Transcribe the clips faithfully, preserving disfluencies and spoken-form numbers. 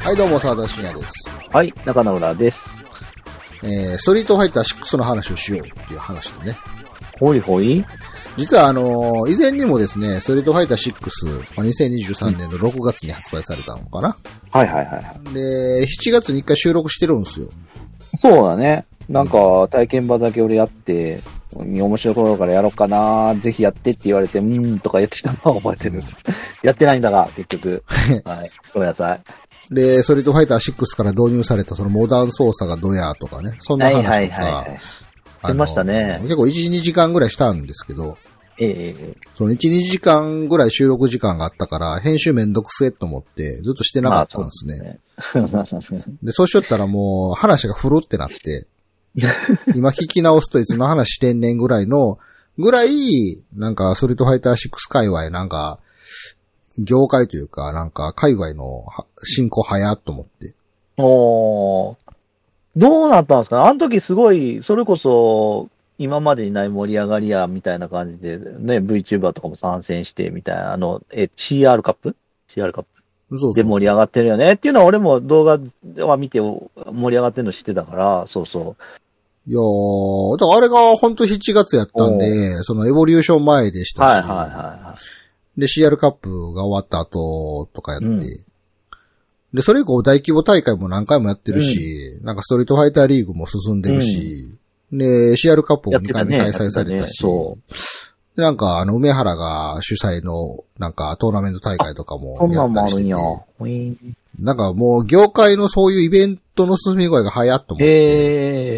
はい、どうも、沢田信也です。 はい、中野浦です。 えー、ストリートファイターシックスの話をしようっていう話でね。 ほいほい。 実はあのー、以前にもですね、ストリートファイターシックス、にせんにじゅうさんねんのろくがつに発売されたのかな。 はいはいはい。 で、しちがつにいっかい収録してるんですよ。 そうだね。なんか、体験場だけ俺やって、面白い頃からやろうかな、ぜひやってって言われて、うーんとかやってたのは覚えてる。やってないんだが、結局。はい。ごめんなさい。 で、ストリートファイターシックスから導入されたそのモダン操作がどやとかね、そんな話とか。はいはいはいはい。 出ましたね。 結構いち、にじかんぐらいしたんですけど、 ええそのいち、にじかんぐらい収録時間があったから、編集めんどくせえと思ってずっとしてなかったんですね。まあ、そうですね。で、そうしよったらもう話がふるってなって、今聞き直すといつの話してんねんぐらいの、ぐらい、なんかストリートファイターシックス界隈なんか、業界というか、なんか界隈の進行早っと思って。 おー。どうなったんですかね。あの時すごい、それこそ、今までにない盛り上がりや、みたいな感じで、ね、VTuber とかも参戦して、みたいな、あの、え、シーアール カップ ?シーアール カップそうそうそうで盛り上がってるよね。っていうのは俺も動画は見て盛り上がってるの知ってたから、そうそう。 いやー、だからあれがほんとしちがつやったんで、そのエボリューション前でしたし、 はいはいはいはい。 で、シーアール カップが終わった後とかやって、うん、 で、 それ以降大規模大会も何回もやってるし、うん、なんかストリートファイターリーグも進んでるし、うん、で、シーアール カップもにかいめ開催されたし、ねね、でなんかあの、梅原が主催のなんかトーナメント大会とかもやったりしてて、そんなんもあるんや。なんかもう業界のそういうイベントの進み具合が早っと思って、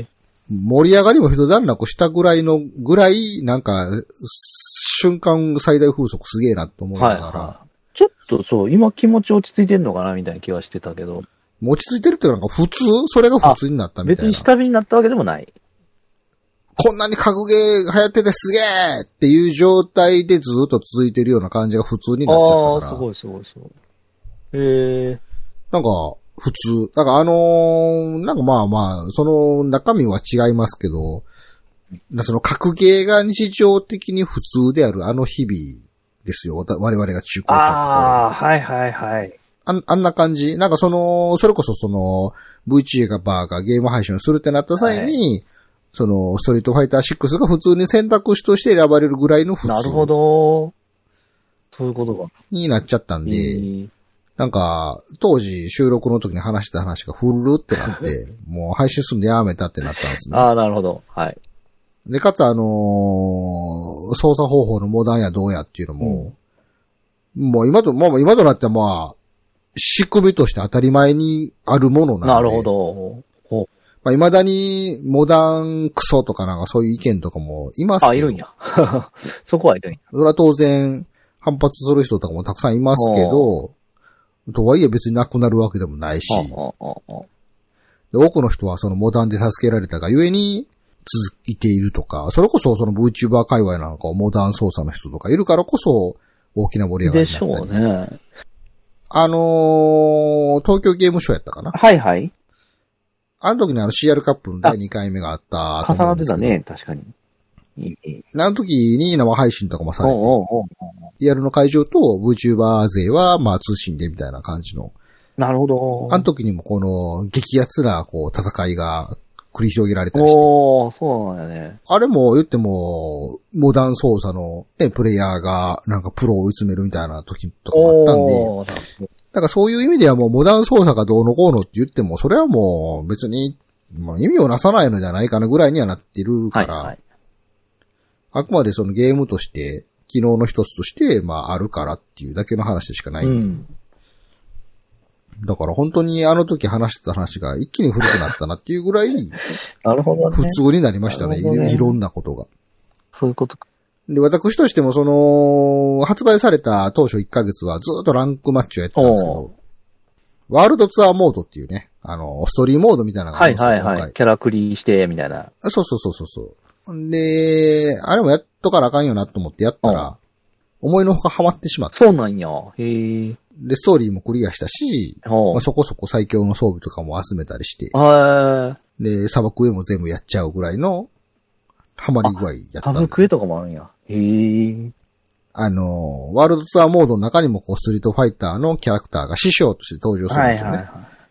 盛り上がりも一段落したぐらいのぐらい、なんか、瞬間最大風速すげえなと思いながら、はいはい。 ちょっとそう、今気持ち落ち着いてんのかなみたいな気はしてたけど。 落ち着いてるってなんか普通それが普通になったみたいな。 別に下火になったわけでもない。 こんなに格ゲー流行っててすげーっていう状態でずっと続いてるような感じが普通になっちゃったから。ああ、すごいすごいすごい。へえ。 なんか、普通。だからあのー、なんかまあまあ、その中身は違いますけど、その格ゲーが日常的に普通であるあの日々ですよ。我々が中高生ああ、はいはいはい。 あ, あんな感じ。なんかその、それこそその、VTuber がゲーム配信をするってなった際に、はい、その、ストリートファイターシックスが普通に選択肢として選ばれるぐらいの普通。 なるほど。そういうことか。 になっちゃったんで、なんか、当時収録の時に話した話がフルってなって、もう配信するんでやめたってなったんですね。 ああ、なるほど。はい。 で、かつあのー、操作方法のモダンやどうやっていうのも、うん、もう今と、もう今となってはまあ、仕組みとして当たり前にあるものなんで。 なるほど。ほう。 まあ、未だにモダンクソとかなんかそういう意見とかもいますけど。 あ、いるんや。そこはいるんや。 それは当然反発する人とかもたくさんいますけど、とはいえ別になくなるわけでもないし、で多くの人はそのモダンで助けられたがゆえに続いているとか、それこそその VTuber 界隈なんかはモダン操作の人とかいるからこそ大きな盛り上がりになったり。 でしょうね。 あのー、東京ゲームショウやったかな。 はいはい。 あの時にあの シーアール カップのだいにかいめがあったと思うんですけど。 重なってたね、確かに。いいあの時に生配信とかもされて、リアルの会場と VTuber 勢はまあ通信でみたいな感じの。 なるほど。 あの時にもこの激アツなこう戦いが繰り広げられたりして。 おー、そうなんやね。 あれも言っても、モダン操作の、ね、プレイヤーがなんかプロを追い詰めるみたいな時とかもあったんで、だからそういう意味ではもうモダン操作がどうのこうのって言っても、それはもう別に、まあ、意味をなさないのじゃないかなぐらいにはなってるから、はいはい、あくまでそのゲームとして、機能の一つとして、まああるからっていうだけの話でしかないんで。うん、だから本当にあの時話してた話が一気に古くなったなっていうぐらい、 なるほどね。 普通になりましたね。ねいろんなことが。 そういうことか。 で、私としてもその、発売された当初いっかげつはずっとランクマッチをやってたんですけど、ワールドツアーモードっていうね、あの、ストーリーモードみたいなのがあるんですよ。 はいはいはい。キャラクリして、みたいな。 そうそうそうそうそう。で、あれもやっとかなあかんよなと思ってやったら、思いのほかハマってしまった。 そうなんや。へー。 で、ストーリーもクリアしたし、まあ、そこそこ最強の装備とかも集めたりして、で、砂漠上も全部やっちゃうぐらいの、ハマり具合やったん砂漠上とかもあるんや。へー。 あの、ワールドツアーモードの中にもこうストリートファイターのキャラクターが師匠として登場するんですよね。はいはいはい、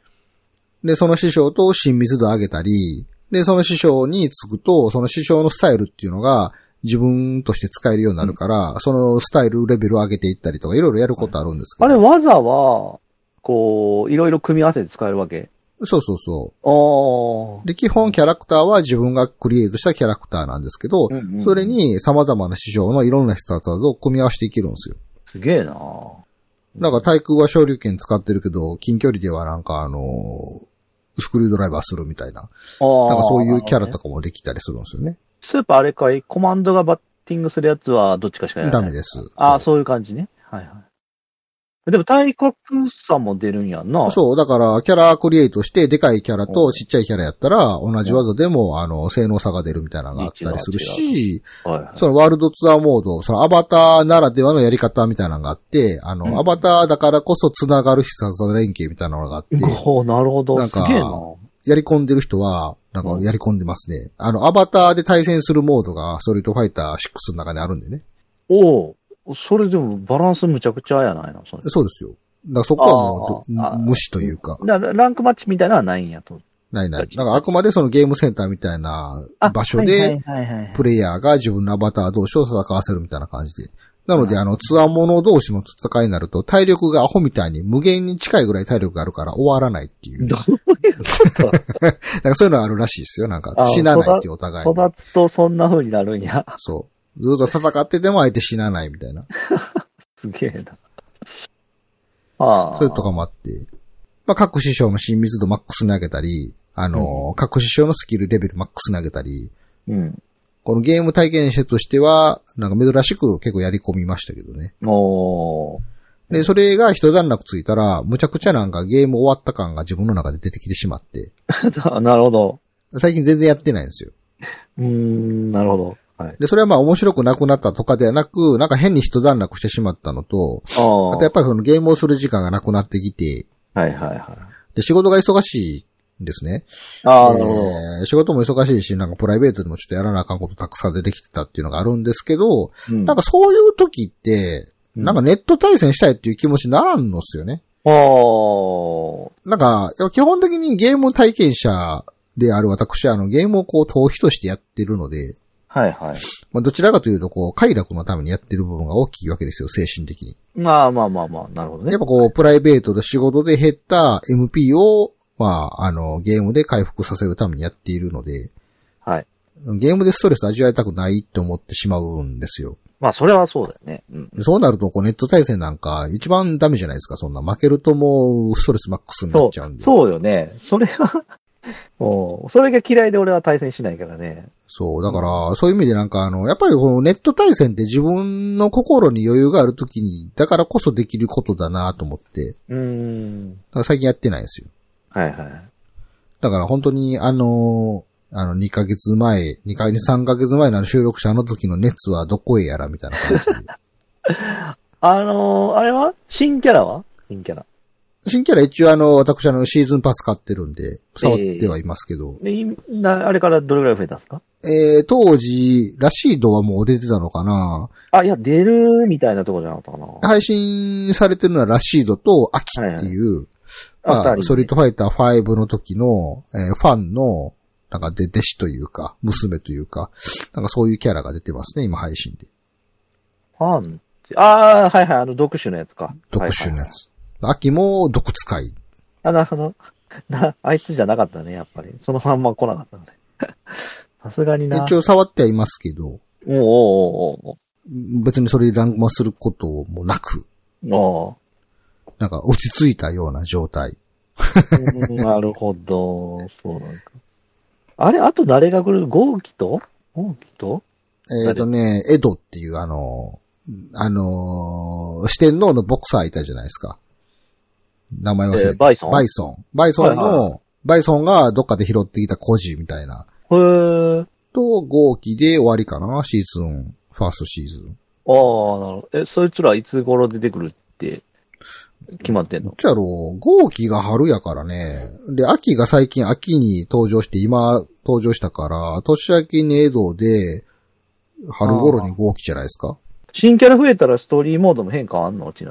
で、その師匠と親密度を上げたり、で、その師匠につくと、その師匠のスタイルっていうのが自分として使えるようになるから、うん、そのスタイルレベルを上げていったりとか、いろいろやることあるんですけど。 あれ、技は、こう、いろいろ組み合わせて使えるわけ？ そうそうそう。 ああ。 で、基本キャラクターは自分がクリエイトしたキャラクターなんですけど、うんうんうん、それに様々な師匠のいろんな必殺技を組み合わせていけるんですよ。 すげえな。 なんか対空は昇竜拳使ってるけど、近距離ではなんかあのー、スクリュードライバーするみたいな。なんかそういうキャラとかもできたりするんですよね。 スーパーあれかい、コマンドがバッティングするやつはどっちかしかやらない。 ダメです。 ああ、そういう感じね。はいはい。でも体格差も出るんやんな。 そう、だからキャラクリエイトしてでかいキャラとちっちゃいキャラやったら同じ技でもあの性能差が出るみたいなのがあったりするし、はいはい、そのワールドツアーモード、そのアバターならではのやり方みたいなのがあって、あの、うん、アバターだからこそ繋がる必殺技連携みたいなのがあって。 おなるほど。 なんか、やり込んでる人は、なんかやり込んでますね。あの、アバターで対戦するモードがストリートファイターシックスの中にあるんでね。 おお、それでもバランスむちゃくちゃやないの？そそうですよ。だからそこはもう無視というか。 だからランクマッチみたいなのはないんやと。 ないない。なんかあくまでそのゲームセンターみたいな場所で、プレイヤーが自分のアバター同士を戦わせるみたいな感じで。なので、あの、ツアーモノ同士の戦いになると、体力がアホみたいに無限に近いぐらい体力があるから終わらないっていう。 どういうことなんかそういうのあるらしいですよ。なんか死なないっていうお互い。 育つとそんな風になるんや。 そう。ずっと戦ってても相手死なないみたいな。 すげえな。ああ。 そういうとかもあって。まあ、各師匠の親密度マックスに上げたり、あの、うん、各師匠のスキルレベルマックスに上げたり、うん。このゲーム体験者としては、なんか珍しく結構やり込みましたけどね。 おー。 で、それが一段落ついたら、むちゃくちゃなんかゲーム終わった感が自分の中で出てきてしまって。 なるほど。 最近全然やってないんですよ。 うーん、なるほど。はい。 で、それはまあ面白くなくなったとかではなく、なんか変に一段落してしまったのと、あ, あとやっぱりそのゲームをする時間がなくなってきて、 はいはいはい。 で、仕事が忙しいんですね。 ああ、 えー、仕事も忙しいし、なんかプライベートでもちょっとやらなあかんことたくさん出てきてたっていうのがあるんですけど、うん、なんかそういう時って、なんかネット対戦したいっていう気持ちにならんのっすよね。 ああ。 なんか、基本的にゲーム体験者である私は、あの、ゲームをこう、逃避としてやってるので、 はいはい。 まあ、どちらかというと、こう、快楽のためにやってる部分が大きいわけですよ、精神的に。 まあまあまあまあ、なるほどね。 やっぱこう、プライベートで仕事で減った エムピー を、まあ、あの、ゲームで回復させるためにやっているので、 はい。 ゲームでストレス味わいたくないって思ってしまうんですよ。 まあ、それはそうだよね。うん、 そうなると、こう、ネット対戦なんか、一番ダメじゃないですか、そんな。負けるともう、ストレスマックスになっちゃうんで。 そう、そうよね。それは、もう、それが嫌いで俺は対戦しないからね。 そう、だから、そういう意味でなんかあの、やっぱりこのネット対戦って自分の心に余裕があるときに、だからこそできることだなと思って。 うーん。 だから最近やってないんですよ。 はいはい。 だから本当にあの、あのにかげつまえ、にかげつ、さんかげつまえの収録者の時の熱はどこへやらみたいな感じで。 あのー、あれは新キャラは新キャラ。 新キャラ一応あの、私あの、シーズンパス買ってるんで、触ってはいますけど。 えー、なあれからどれぐらい増えたんですか？ えー、当時、ラシードはもう出てたのかな？ あ、いや、出るみたいなとこじゃなかったかな。 配信されてるのはラシードとアキっていう、はいはい、まあ、ストリートファイターファイブの時の、えー、ファンの、なんかで、弟子というか、娘というか、なんかそういうキャラが出てますね、今配信で。 ファンああ、はいはい、あの、毒種のやつか。 毒種のやつ。アキも毒使い。 あ、なるほど。な、あいつじゃなかったね、やっぱり。そのまんま来なかったのね。さすがにな。 一応触ってはいますけど。おうおうおうおう。 別にそれにランクマすることもなく。 おう。 なんか落ち着いたような状態。 なるほど。そうなんか。あれあと誰が来る？ゴーキとゴーキとえっとね、エドっていうあの、あのー、四天王のボクサーいたじゃないですか。名前忘れて、えー。 バイソンバイソン。バイソンの、はいはい、バイソンがどっかで拾ってきた孤児みたいな。 へー。 と、号機で終わりかな、シーズン、ファーストシーズン。 ああ、なるほど。え、そいつらいつ頃出てくるって決まってんの？ じゃろう、号機が春やからね。で、秋が最近秋に登場して今登場したから、年明けにエドで、春頃に号機じゃないですか。 新キャラ増えたらストーリーモードも変化あんの？ちなみに。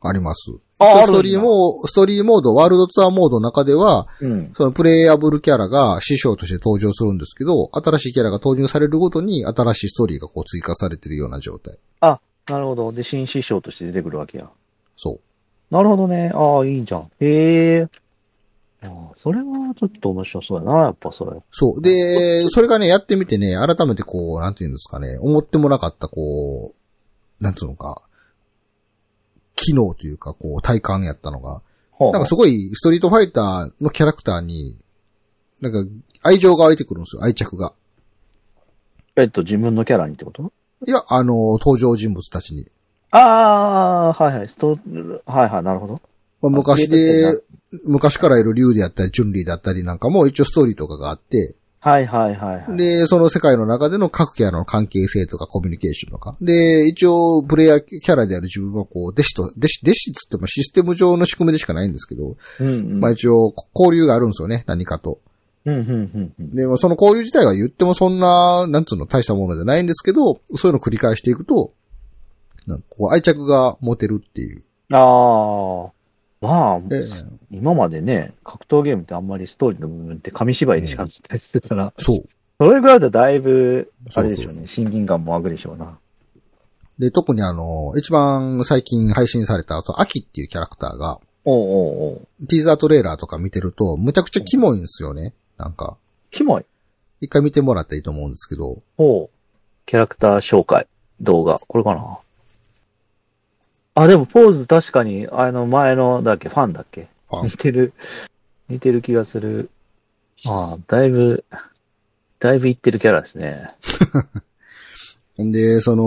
あります。 ああストーリーモード、ストーリーモード、ワールドツアーモードの中では、うん、そのプレイヤブルキャラが師匠として登場するんですけど、新しいキャラが投入されるごとに新しいストーリーがこう追加されてるような状態。 あ、なるほど。で、新師匠として出てくるわけや。 そう。 なるほどね。ああ、いいんじゃん。へえ。ああ、それはちょっと面白そうやな、やっぱそれ。 そう。で、それがね、やってみてね、改めてこう、なんていうんですかね、思ってもなかった、こう、なんつうのか、機能というか、こう、体感やったのが、はあ、なんかすごい、ストリートファイターのキャラクターに、なんか、愛情が湧いてくるんですよ、愛着が。 えっと、自分のキャラにってこと？ いや、あの、登場人物たちに。 ああ、はいはい、スト、はいはい、なるほど。 まあ、昔で、昔からいる竜であったり、チュンリーだったりなんかも一応ストーリーとかがあって、 はいはいはい、はい。 で、その世界の中での各キャラの関係性とかコミュニケーションとか。で、一応、プレイヤーキャラである自分はこう、弟子と、弟子、弟子って言ってもシステム上の仕組みでしかないんですけど、うんうん、まあ一応、交流があるんですよね、何かと。 うんうんうんうん、 でもその交流自体は言ってもそんな、なんつうの、大したものじゃないんですけど、そういうのを繰り返していくと、なんかこう愛着が持てるっていう。 ああ。まあ、ええ、今までね、格闘ゲームってあんまりストーリーの部分って紙芝居でしかなかったりするから、うん、 そう。 それぐらいだとだいぶ、あれでしょうね、そうそう、親近感も湧くでしょうな。 で、特にあの、一番最近配信された、アキっていうキャラクターが、 おうおうおう、 ティーザートレーラーとか見てると、むちゃくちゃキモいんですよね、なんか。 キモい？ 一回見てもらったらいいと思うんですけど。 おう。キャラクター紹介、動画、これかな？あ、でもポーズ確かに、あの前のだっけ、ファンだっけ？似てる、似てる気がする。ああ、だいぶ、だいぶいってるキャラですね。 んで、その、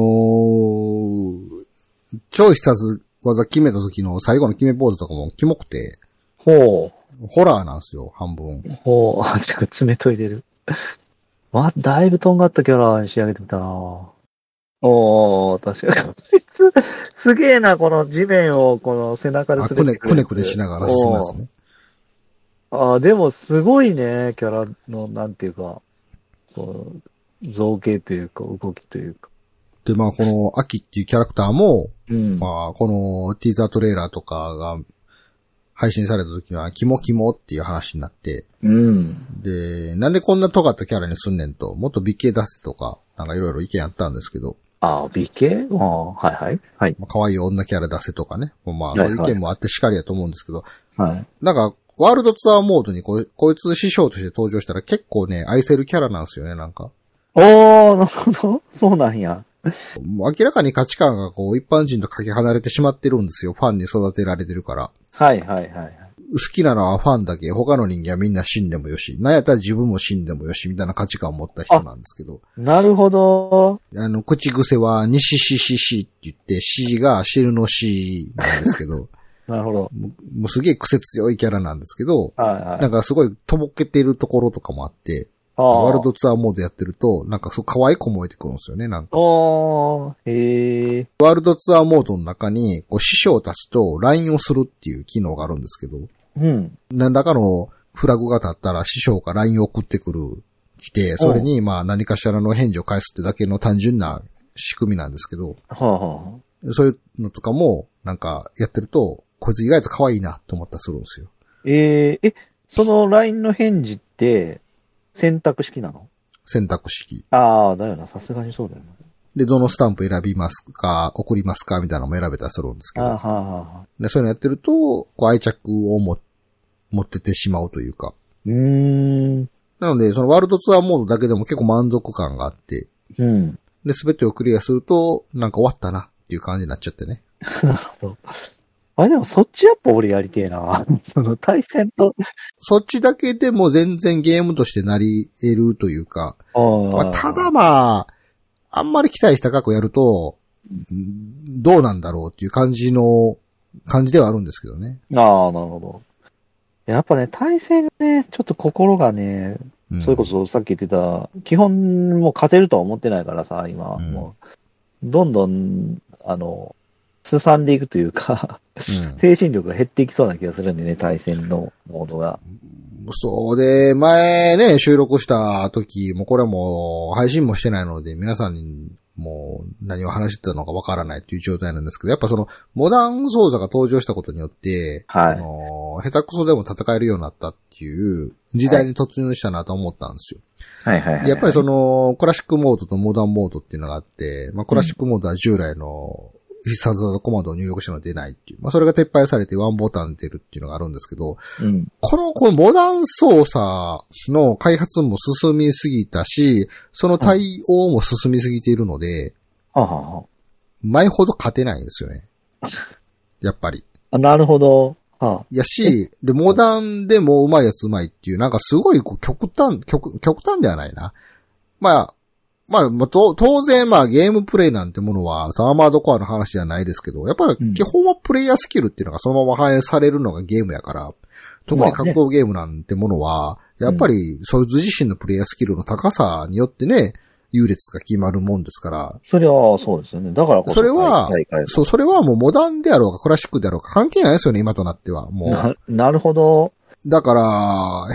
超必殺技決めた時の最後の決めポーズとかもキモくて。 ほう。ホラーなんですよ、半分。 ほう、あ、ちょっと爪研いでる。ま、だいぶとんがったキャラに仕上げてみたな。おー、確かに。こいつ、すげえな、この地面を、この背中で滑ってくる。 くねくねしながら進みますね。 ああ、でもすごいね、キャラの、なんていうか、こう造形というか、動きというか。 で、まあ、この、アキっていうキャラクターも、 うん、 まあ、この、ティーザートレーラーとかが、配信された時は、キモキモっていう話になって、 うん。 で、なんでこんな尖ったキャラにすんねんと、もっと美形出せとか、なんかいろいろ意見あったんですけど、 ああ、美形？ああ、はいはい。はい。 可愛い女キャラ出せとかね。まあ、そういう意見もあってしかりやと思うんですけど。 はい。 なんか、ワールドツアーモードにこい、こいつ師匠として登場したら結構ね、愛せるキャラなんですよね、なんか。 おー、なるほど。そうなんや。 もう明らかに価値観がこう、一般人とかけ離れてしまってるんですよ。ファンに育てられてるから。 はいはいはい。 好きなのはファンだけ、他の人間はみんな死んでもよし、なんやったら自分も死んでもよし、みたいな価値観を持った人なんですけど。 なるほど。 あの、口癖は、にししししって言って、しが死ぬのしなんですけど。 なるほど。 もう、もうすげえ癖強いキャラなんですけど、 はいはい、 なんかすごいとぼけてるところとかもあって、ワールドツアーモードやってると、なんかそう可愛い子もえてくるんですよね、なんか。 おー、へー。 ワールドツアーモードの中に、こう師匠たちと ライン をするっていう機能があるんですけど、 うん。 何らかのフラグが立ったら師匠が ライン を送ってくる、来て、それにまあ何かしらの返事を返すってだけの単純な仕組みなんですけど、 はあはあ、そういうのとかもなんかやってると、こいつ意外と可愛いなって思ったりするんですよ。 えー、え、その ライン の返事って選択式なの？ 選択式。 ああ、だよな、さすがにそうだよな。 で、どのスタンプ選びますか、送りますかみたいなのも選べたりするんですけど。 あはあはあ、 でそういうのやってると、こう愛着を持持っててしまうというか。 うーん。 なので、そのワールドツアーモードだけでも結構満足感があって。 うん。 で、すべてをクリアすると、なんか終わったなっていう感じになっちゃってね。 なるほど。あれでもそっちやっぱ俺やりてえな。その対戦と。 そっちだけでも全然ゲームとしてなり得るというか。まあ、ただまあ、あんまり期待した過去やると、どうなんだろうっていう感じの、感じではあるんですけどね。 ああ、なるほど。やっぱね、対戦がね、ちょっと心がね、うん、それこそさっき言ってた、基本もう勝てるとは思ってないからさ、今。うん、もうどんどん、あの、すさんでいくというか、うん、精神力が減っていきそうな気がするんでね、対戦のモードが。 そうで、前ね、収録した時もこれも配信もしてないので、皆さんにもう何を話してたのかわからないっていう状態なんですけど、やっぱそのモダン操作が登場したことによって、はい、あの、下手くそでも戦えるようになったっていう時代に突入したなと思ったんですよ。 はいはいはい、はい。 やっぱりその、クラシックモードとモダンモードっていうのがあって、まあクラシックモードは従来の必殺技コマンドを入力しても出ないっていう。まあそれが撤廃されてワンボタン出るっていうのがあるんですけど、うん、この、このモダン操作の開発も進みすぎたし、その対応も進みすぎているので、うん、前ほど勝てないんですよね。やっぱり。 あ、なるほど。はあ、 やし、で、モダンでも上手いやつ上手いっていう、なんかすごいこう極端、極、極端ではないな。まあ、まあ、まあ、当然、まあ、ゲームプレイなんてものは、アーマードコアの話じゃないですけど、やっぱり基本はプレイヤースキルっていうのがそのまま反映されるのがゲームやから、特に格闘ゲームなんてものは、やっぱり、そいつ自身のプレイヤースキルの高さによってね、優劣が決まるもんですから。 それは、そうですよね。だからこそ。 それは、そう、それはもうモダンであろうがクラシックであろうが関係ないですよね、今となっては。もう。 な、なるほど。 だから、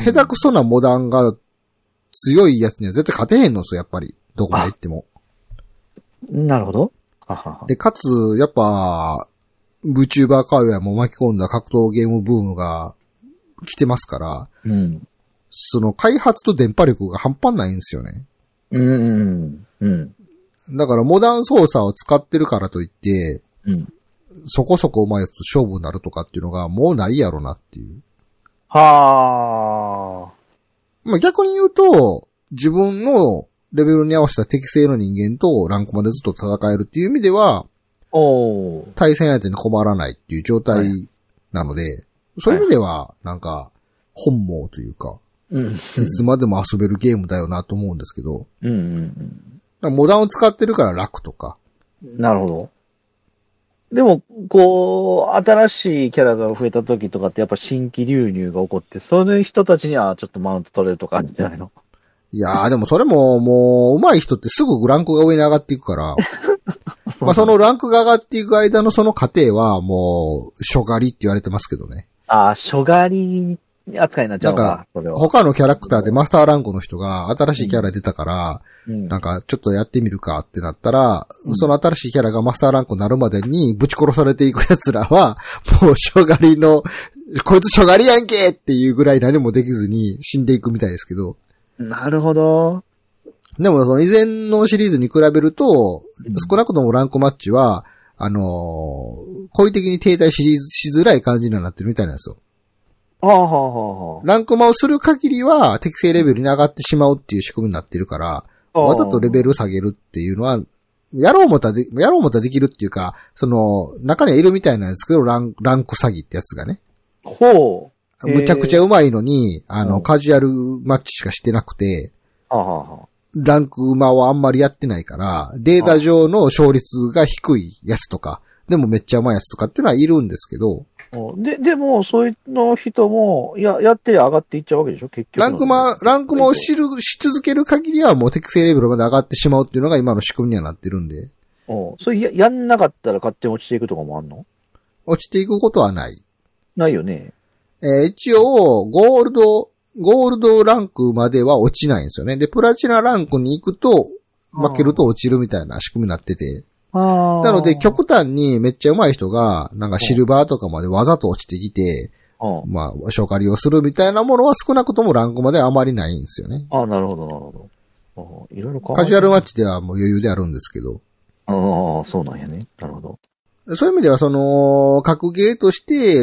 下手くそなモダンが強いやつには絶対勝てへんのですよ、やっぱり。どこまで行っても。 なるほど。はははで、かつ、やっぱ、VTuber 界隈も巻き込んだ格闘ゲームブームが来てますから、うん、その開発と電波力が半端ないんですよね。 うんうんうん。 だからモダン操作を使ってるからといって、うん、そこそこ上手いやつと勝負になるとかっていうのがもうないやろなっていう。 はあ。まあ逆に言うと、自分のレベルに合わせた適正の人間とランクまでずっと戦えるっていう意味では、 お対戦相手に困らないっていう状態なので、はい、そういう意味では、なんか、本望というか、うん、いつまでも遊べるゲームだよなと思うんですけど、 うんうんうん、 モダンを使ってるから楽とか。 なるほど。でも、こう、新しいキャラが増えた時とかってやっぱ新規流入が起こって、そういう人たちにはちょっとマウント取れるとかあるんじゃないの？ いやーでもそれももう上手い人ってすぐランクが上に上がっていくから、まあそのランクが上がっていく間のその過程はもう初狩りって言われてますけどね。 ああ、初狩り扱いになっちゃうのか。 なんか、他のキャラクターでマスターランクの人が新しいキャラ出たから、うん、なんかちょっとやってみるかってなったら、うん、その新しいキャラがマスターランクになるまでにぶち殺されていく奴らは、もう初狩りの、こいつ初狩りやんけっていうぐらい何もできずに死んでいくみたいですけど。 なるほど。 でもその以前のシリーズに比べると、うん、少なくともランクマッチは、あのー、好意的に停滞し、しづらい感じになってるみたいなんですよ。 はあはあはあ、 ランクマをする限りは適正レベルに上がってしまうっていう仕組みになってるから、わざとレベル下げるっていうのは、やろうもたで、やろうもたできるっていうか、その、中にはいるみたいなんですけど、ラン、ランク詐欺ってやつがね。 ほう。 むちゃくちゃ上手いのに、あの、カジュアルマッチしかしてなくて、 はあはあ、 ランク馬はあんまりやってないから、データ上の勝率が低いやつとか、でもめっちゃ上手いやつとかっていうのはいるんですけど、 で、でも、そういうの人も、や、やって上がっていっちゃうわけでしょ結局。 ランクマ、ランクマを知る、し続ける限りはもう適正レベルまで上がってしまうっていうのが今の仕組みにはなってるんで。 おそれや、やんなかったら勝手に落ちていくとかもあんの？ 落ちていくことはない。 ないよね。 えー、一応、ゴールド、ゴールドランクまでは落ちないんですよね。で、プラチナランクに行くと、負けると落ちるみたいな仕組みになってて。 なので、極端にめっちゃ上手い人が、なんかシルバーとかまでわざと落ちてきて、まあ、初狩りをするみたいなものは少なくともランクまであまりないんですよね。 ああ、なるほど、なるほど。いろいろカジュアルマッチではもう余裕であるんですけど。 ああ、そうなんやね。なるほど。 そういう意味では、その、格ゲーとして、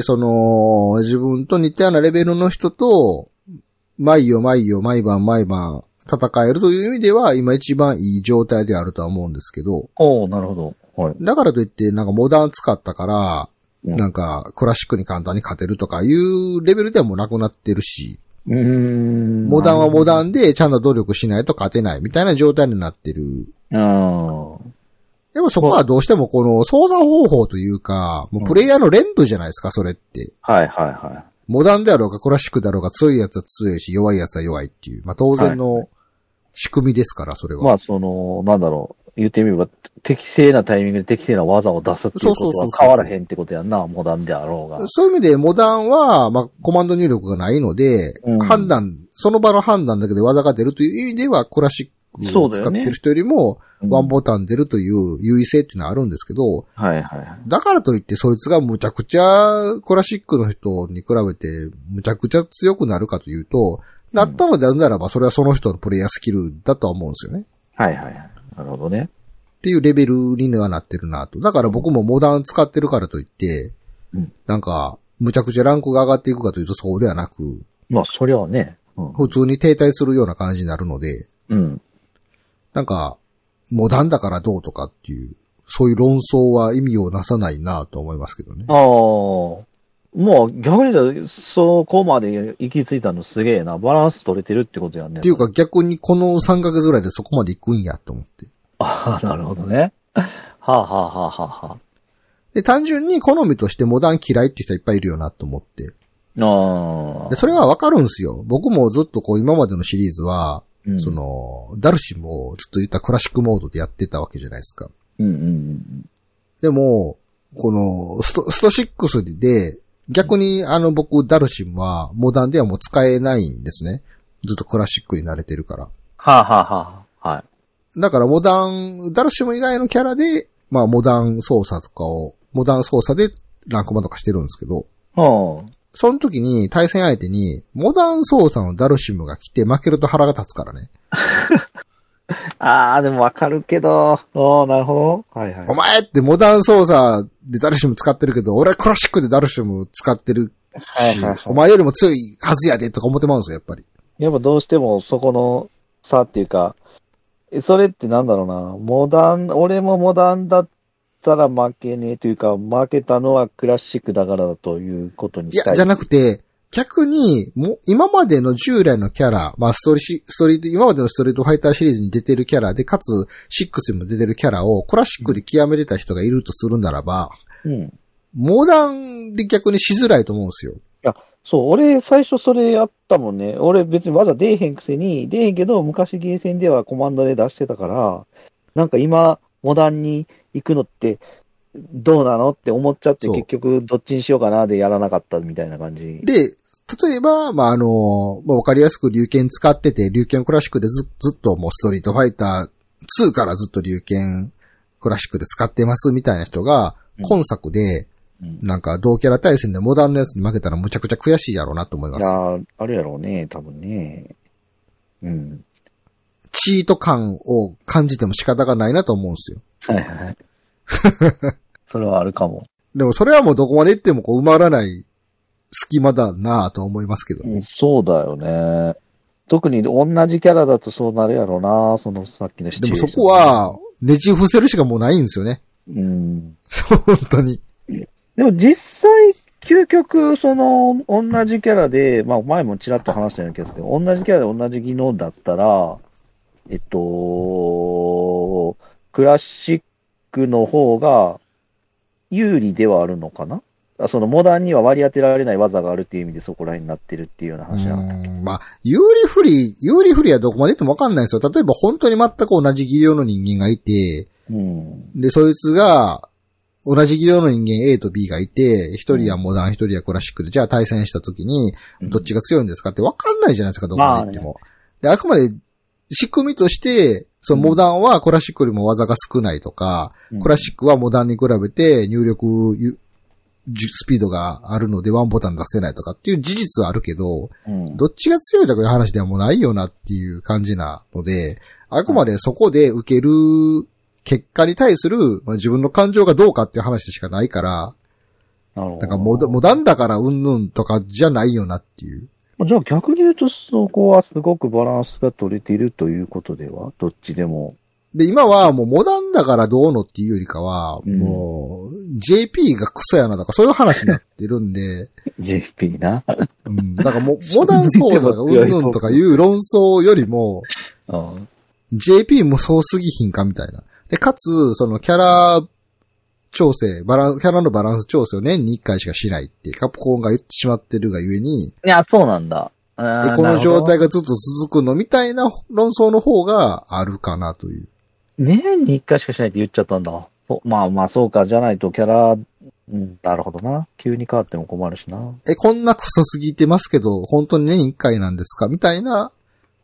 その、自分と似たようなレベルの人と、毎夜毎夜毎晩毎晩戦えるという意味では、今一番いい状態であるとは思うんですけど。 おー、なるほど。はい。 だからといって、なんかモダン使ったから、うん、なんかクラシックに簡単に勝てるとかいうレベルではもうなくなってるし、 うーんモダンはモダンでちゃんと努力しないと勝てないみたいな状態になってる。 ああ。 でもそこはどうしてもこの操作方法というか、もうプレイヤーの連動じゃないですか、それって。 はいはいはい。 モダンであろうがクラシックだろうが強いやつは強いし、弱いやつは弱いっていう。まあ当然の仕組みですから、それは。 まあその、なんだろう。言ってみれば、適正なタイミングで適正な技を出すっていうことは変わらへんってことやんな、モダンであろうが。 そういう意味で、モダンは、まあ、コマンド入力がないので、うん、判断、その場の判断だけで技が出るという意味では、クラシックを使ってる人よりも、ワンボタン出るという優位性っていうのはあるんですけど、 はいはいはい。 だからといってそいつがむちゃくちゃクラシックの人に比べてむちゃくちゃ強くなるかというと、なったのであるならばそれはその人のプレイヤースキルだとは思うんですよね。 はいはいはい。なるほどね。 っていうレベルにはなってるなと。だから僕もモダン使ってるからといって、うん、なんか、むちゃくちゃランクが上がっていくかというとそうではなく、 まあそりゃね、 うん、普通に停滞するような感じになるので、 うん、 なんか、モダンだからどうとかっていう、そういう論争は意味をなさないなと思いますけどね。 ああ。もう逆に言うと、そこまで行き着いたのすげえな。バランス取れてるってことやね。 っていうか逆にこのさんかげつぐらいでそこまで行くんやと思って。 ああ、なるほどね。はあ、はあはあはあはあ、 で、単純に好みとしてモダン嫌いって人はいっぱいいるよなと思って。 ああ。 で、それはわかるんですよ。僕もずっとこう今までのシリーズは、うん、その、ダルシムをずっと言ったクラシックモードでやってたわけじゃないですか。 うんうんうん、 でも、このスト、ストシックスで、逆にあの僕ダルシムはモダンではもう使えないんですね。ずっとクラシックに慣れてるから。 はあ、はあはあ、はい。 だからモダン、ダルシム以外のキャラで、まあモダン操作とかを、モダン操作でランクマとかしてるんですけど。 はあ。 その時に対戦相手に、モダン操作のダルシムが来て負けると腹が立つからね。 ああ、でもわかるけど。おー、なるほど。はいはい。 お前ってモダン操作でダルシム使ってるけど、俺はクラシックでダルシム使ってるし、はいはいはい、お前よりも強いはずやでとか思ってまうんですよ、やっぱり。 やっぱどうしてもそこの差っていうか、それってなんだろうな、モダン、俺もモダンだったら負けねえというか、負けたのはクラシックだからだということにしたい。 いや、じゃなくて、逆に、も、今までの従来のキャラ、まあ、ストーリー、ストーリー、今までのストリートファイターシリーズに出てるキャラで、かつ、シックスにも出てるキャラを、クラシックで極めてた人がいるとするならば、うん。モダンで逆にしづらいと思うんですよ。いや、そう、俺、最初それやったもんね。俺別にわざ出えへんくせに、出えへんけど、昔ゲーセンではコマンドで出してたから、なんか今、モダンに行くのって、どうなのって思っちゃって結局どっちにしようかなでやらなかったみたいな感じ。 で、例えば、まあ、あの、まあ、わかりやすく龍剣使ってて、龍剣クラシックでずずっともうストリートファイターツーからずっと龍剣クラシックで使ってますみたいな人が、うん、今作で、うん、なんか同キャラ対戦でモダンのやつに負けたらむちゃくちゃ悔しいやろうなと思います。 いやあるやろうね、多分ね。うん。 チート感を感じても仕方がないなと思うんですよ。 はいはい。それはあるかも。 でもそれはもうどこまで行ってもこう埋まらない隙間だなぁと思いますけどね。 そうだよね。特に同じキャラだとそうなるやろうな、そのさっきのシチュエーション。 でもそこはねじ伏せるしかもうないんですよね。 うん。 本当に。 でも実際、究極、その、同じキャラで、まあ前もちらっと話したような気がするけど、同じキャラで同じ技能だったら、えっと、クラシックの方が有利ではあるのかな？そのモダンには割り当てられない技があるっていう意味でそこら辺になってるっていうような話なんだっけ。 まあ、有利不利、有利不利はどこまで言ってもわかんないですよ。例えば本当に全く同じ技量の人間がいて、うん、で、そいつが、同じ技量の人間 A と B がいて、一人はモダン、一人はクラシックで、じゃあ対戦した時に、どっちが強いんですかってわかんないじゃないですか、どこまで言っても。まあね、で、あくまで仕組みとして、そのモダンはクラシックよりも技が少ないとか、うん、クラシックはモダンに比べて入力スピードがあるのでワンボタン出せないとかっていう事実はあるけど、うん、どっちが強いとかいう話ではもうないよなっていう感じなので、あくまでそこで受ける結果に対する、まあ、自分の感情がどうかっていう話でしかないから、なんかモダ、モダンだからうんぬんとかじゃないよなっていう。 じゃあ逆に言うとそこはすごくバランスが取れているということではどっちでも。 で、今はもうモダンだからどうのっていうよりかは、うん、もう ジェーピー がクソやなとかそういう話になってるんで。 ジェーピー な。 うん。だからもうモダン操作がうんぬんとかいう論争よりも、ジェーピー もそうすぎひんかみたいな。で、かつ、そのキャラ調整、バランス、キャラのバランス調整を年にいっかいしかしないってカプコンが言ってしまってるがゆえに。いや、そうなんだ。 で、この状態がずっと続くのみたいな論争の方があるかなという。 年にいっかいしかしないって言っちゃったんだ。まあまあそうか、じゃないとキャラ、うん、なるほどな。急に変わっても困るしな。 え、こんなクソすぎてますけど、本当に年にいっかいなんですかみたいな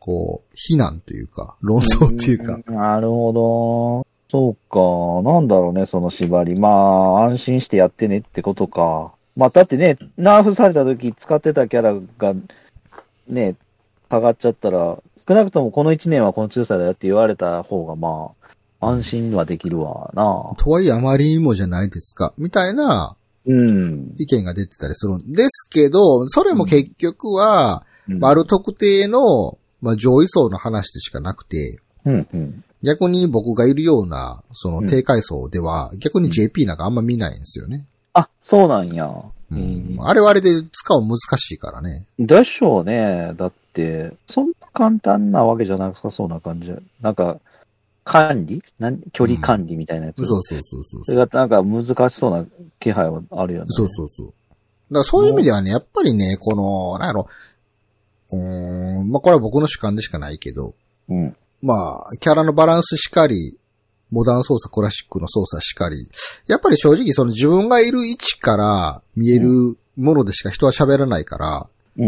こう、非難というか、論争っていうか。 なるほど。そうか。なんだろうね、その縛り。まあ、安心してやってねってことか。まあ、だってね、ナーフされた時使ってたキャラが、ね、下がっちゃったら、少なくともこのいちねんはこの強さだよって言われた方が、まあ、安心はできるわな。 とはいえあまりにもじゃないですか。みたいな、 うん。 意見が出てたりするんですけど、それも結局は、 うん、 ある特定の、まあ、上位層の話でしかなくて、 うんうん、 逆に僕がいるような、その低階層では、逆に ジェーピー なんかあんま見ないんですよね。 あ、そうなんや。 うん、あれはあれで使うの難しいからね。 でしょうね。だって、そんな簡単なわけじゃなさそうな感じ。なんか、管理なん距離管理みたいなやつ、 うん。そうそうそうそう。 それがなんか難しそうな気配はあるよね。 そうそうそう。だからそういう意味ではね、やっぱりね、この、なんやろ、うーん、まあこれは僕の主観でしかないけど、 うん、 まあ、キャラのバランスしかり、モダン操作、クラシックの操作しかり、やっぱり正直その自分がいる位置から見えるものでしか人は喋らないから、 うん、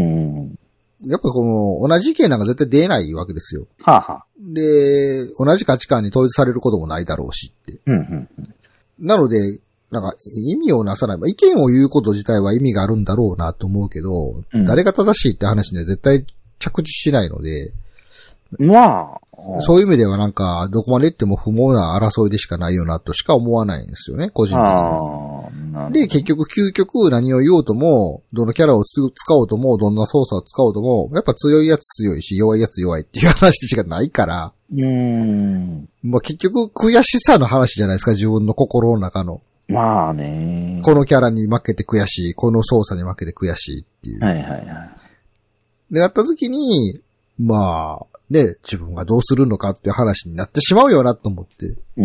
やっぱこの同じ意見なんか絶対出ないわけですよ。 はあはあ、 で、同じ価値観に統一されることもないだろうしって。 うんうんうん、 なので、なんか意味をなさない。意見を言うこと自体は意味があるんだろうなと思うけど、うん、誰が正しいって話には絶対着地しないので、 まあ、 そういう意味ではなんか、どこまで行っても不毛な争いでしかないよなとしか思わないんですよね、個人的には。で、結局究極何を言おうとも、どのキャラを使おうとも、どんな操作を使おうとも、やっぱ強いやつ強いし、弱いやつ弱いっていう話でしかないから、 うーん。 まあ結局悔しさの話じゃないですか、自分の心の中の。 まあね。 このキャラに負けて悔しい、この操作に負けて悔しいっていう。 はいはいはい。 で、なった時に、まあ、ね、自分がどうするのかっていう話になってしまうよなと思って。 うん。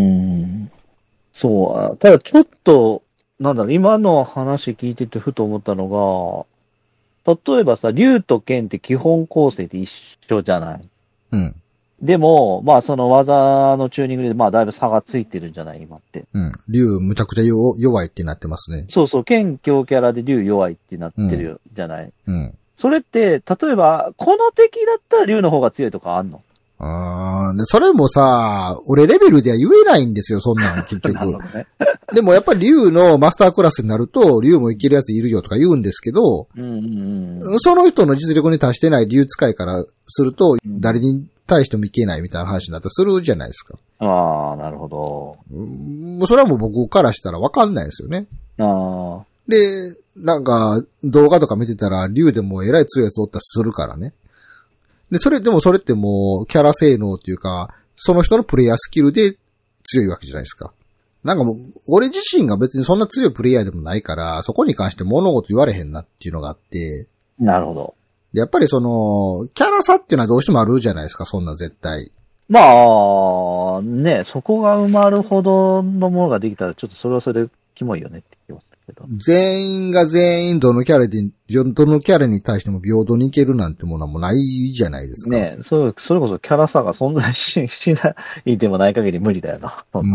そう。ただちょっと、なんだろう、今の話聞いててふと思ったのが、例えばさ、竜と剣って基本構成って一緒じゃない？ うん。 でも、まあその技のチューニングで、まあだいぶ差がついてるんじゃない今って。 うん。竜むちゃくちゃ弱いってなってますね。 そうそう、剣強キャラで竜弱いってなってるよ、じゃない。 うん。 それって、例えば、この敵だったら竜の方が強いとかあんの？ ああ、それもさ、俺レベルでは言えないんですよ、そんなの結局。ね、でもやっぱり竜のマスタークラスになると、竜もいけるやついるよとか言うんですけど、 うんうんうん、 その人の実力に達してない竜使いからすると、誰に対してもいけないみたいな話になったらするじゃないですか。 ああ、なるほど。 もうそれはもう僕からしたらわかんないですよね。 ああ。 で、なんか、動画とか見てたら、竜でも偉い強いやつおったりするからね。で、それ、でもそれってもう、キャラ性能っていうか、その人のプレイヤースキルで強いわけじゃないですか。なんかもう、俺自身が別にそんな強いプレイヤーでもないから、そこに関して物事言われへんなっていうのがあって。 なるほど。 やっぱりその、キャラ差っていうのはどうしてもあるじゃないですか、そんな絶対。 まあ、ね、そこが埋まるほどのものができたら、ちょっとそれはそれでキモいよねって言いますけど。 全員が全員どのキャラで、どのキャラに対しても平等にいけるなんてものはもうないじゃないですか。 ね、それ、それこそキャラ差が存在し、しないでもない限り無理だよな。 うん。